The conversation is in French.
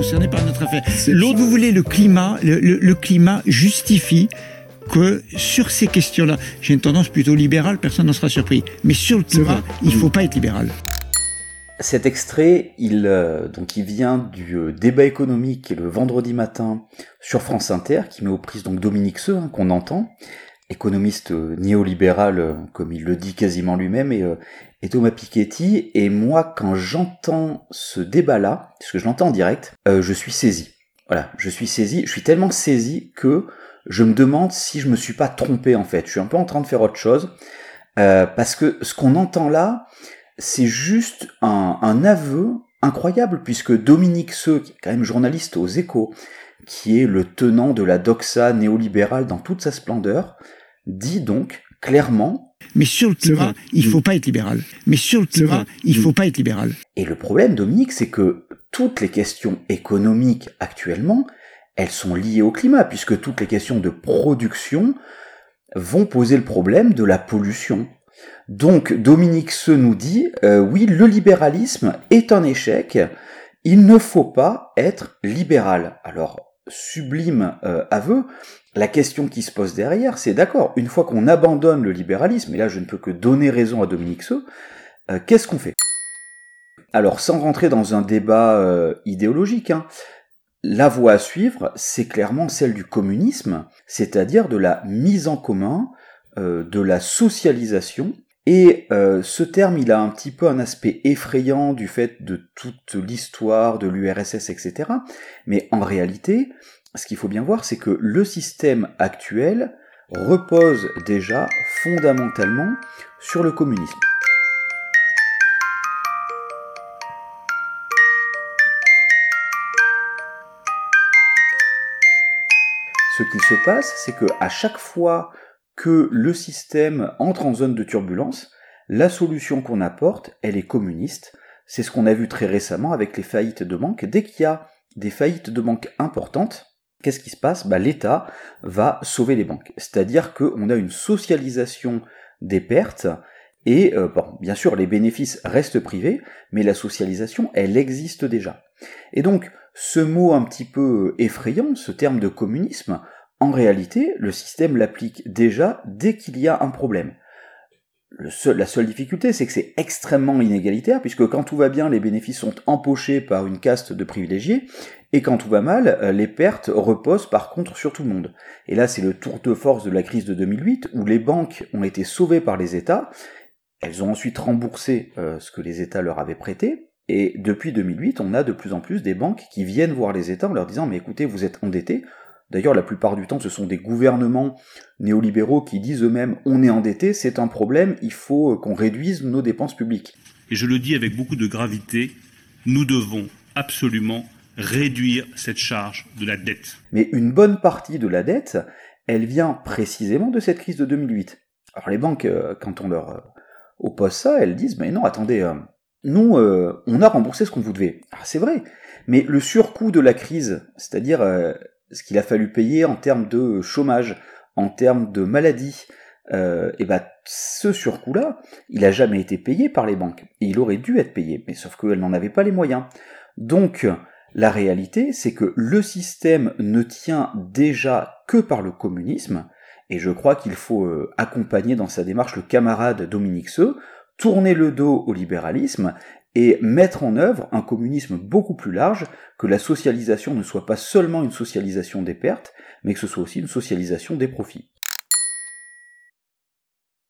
concernés par notre affaire. L'autre, vous voulez le climat, le climat justifie que sur ces questions-là, j'ai une tendance plutôt libérale, personne n'en sera surpris. Mais sur le climat, il ne faut pas être libéral. Cet extrait, il vient du débat économique qui est le vendredi matin sur France Inter, qui met aux prises donc Dominique Seux, qu'on entend, économiste néolibéral, comme il le dit quasiment lui-même, et Thomas Piketty. Et moi, quand j'entends ce débat-là, parce que je l'entends en direct, je suis saisi. Voilà, je suis tellement saisi que je me demande si je me suis pas trompé en fait. Je suis un peu en train de faire autre chose, parce que ce qu'on entend là, c'est juste un aveu incroyable, puisque Dominique Seux, qui est quand même journaliste aux Échos, qui est le tenant de la doxa néolibérale dans toute sa splendeur, dit donc clairement... Mais sur le climat, il ne faut pas être libéral. Mais sur le climat, il ne faut pas être libéral. Et le problème, Dominique, c'est que toutes les questions économiques actuellement, elles sont liées au climat, puisque toutes les questions de production vont poser le problème de la pollution. Donc Dominique Seux nous dit, oui, le libéralisme est un échec, il ne faut pas être libéral. Alors, sublime aveu, la question qui se pose derrière, c'est d'accord, une fois qu'on abandonne le libéralisme, et là je ne peux que donner raison à Dominique Seux, qu'est-ce qu'on fait ? Alors, sans rentrer dans un débat idéologique, la voie à suivre, c'est clairement celle du communisme, c'est-à-dire de la mise en commun, de la socialisation. Et ce terme, il a un petit peu un aspect effrayant du fait de toute l'histoire de l'URSS, etc. Mais en réalité, ce qu'il faut bien voir, c'est que le système actuel repose déjà fondamentalement sur le communisme. Ce qu'il se passe, c'est que à chaque fois que le système entre en zone de turbulence, la solution qu'on apporte, elle est communiste. C'est ce qu'on a vu très récemment avec les faillites de banques. Dès qu'il y a des faillites de banques importantes, qu'est-ce qui se passe ? L'État va sauver les banques. C'est-à-dire qu'on a une socialisation des pertes, et bien sûr, les bénéfices restent privés, mais la socialisation, elle existe déjà. Et donc, ce mot un petit peu effrayant, ce terme de communisme, en réalité, le système l'applique déjà dès qu'il y a un problème. La seule difficulté, c'est que c'est extrêmement inégalitaire, puisque quand tout va bien, les bénéfices sont empochés par une caste de privilégiés, et quand tout va mal, les pertes reposent par contre sur tout le monde. Et là, c'est le tour de force de la crise de 2008, où les banques ont été sauvées par les États, elles ont ensuite remboursé ce que les États leur avaient prêté, et depuis 2008, on a de plus en plus des banques qui viennent voir les États en leur disant « Mais écoutez, vous êtes endettés ». D'ailleurs, la plupart du temps, ce sont des gouvernements néolibéraux qui disent eux-mêmes « on est endettés, c'est un problème, il faut qu'on réduise nos dépenses publiques ». Et je le dis avec beaucoup de gravité, nous devons absolument réduire cette charge de la dette. Mais une bonne partie de la dette, elle vient précisément de cette crise de 2008. Alors les banques, quand on leur oppose ça, elles disent « mais non, attendez, nous, on a remboursé ce qu'on vous devait ». Ah, c'est vrai, mais le surcoût de la crise, c'est-à-dire ce qu'il a fallu payer en termes de chômage, en termes de maladie, ce surcoût-là, il a jamais été payé par les banques. Et il aurait dû être payé, mais sauf qu'elles n'en avaient pas les moyens. Donc, la réalité, c'est que le système ne tient déjà que par le communisme, et je crois qu'il faut accompagner dans sa démarche le camarade Dominique Seux, tourner le dos au libéralisme, et mettre en œuvre un communisme beaucoup plus large, que la socialisation ne soit pas seulement une socialisation des pertes, mais que ce soit aussi une socialisation des profits.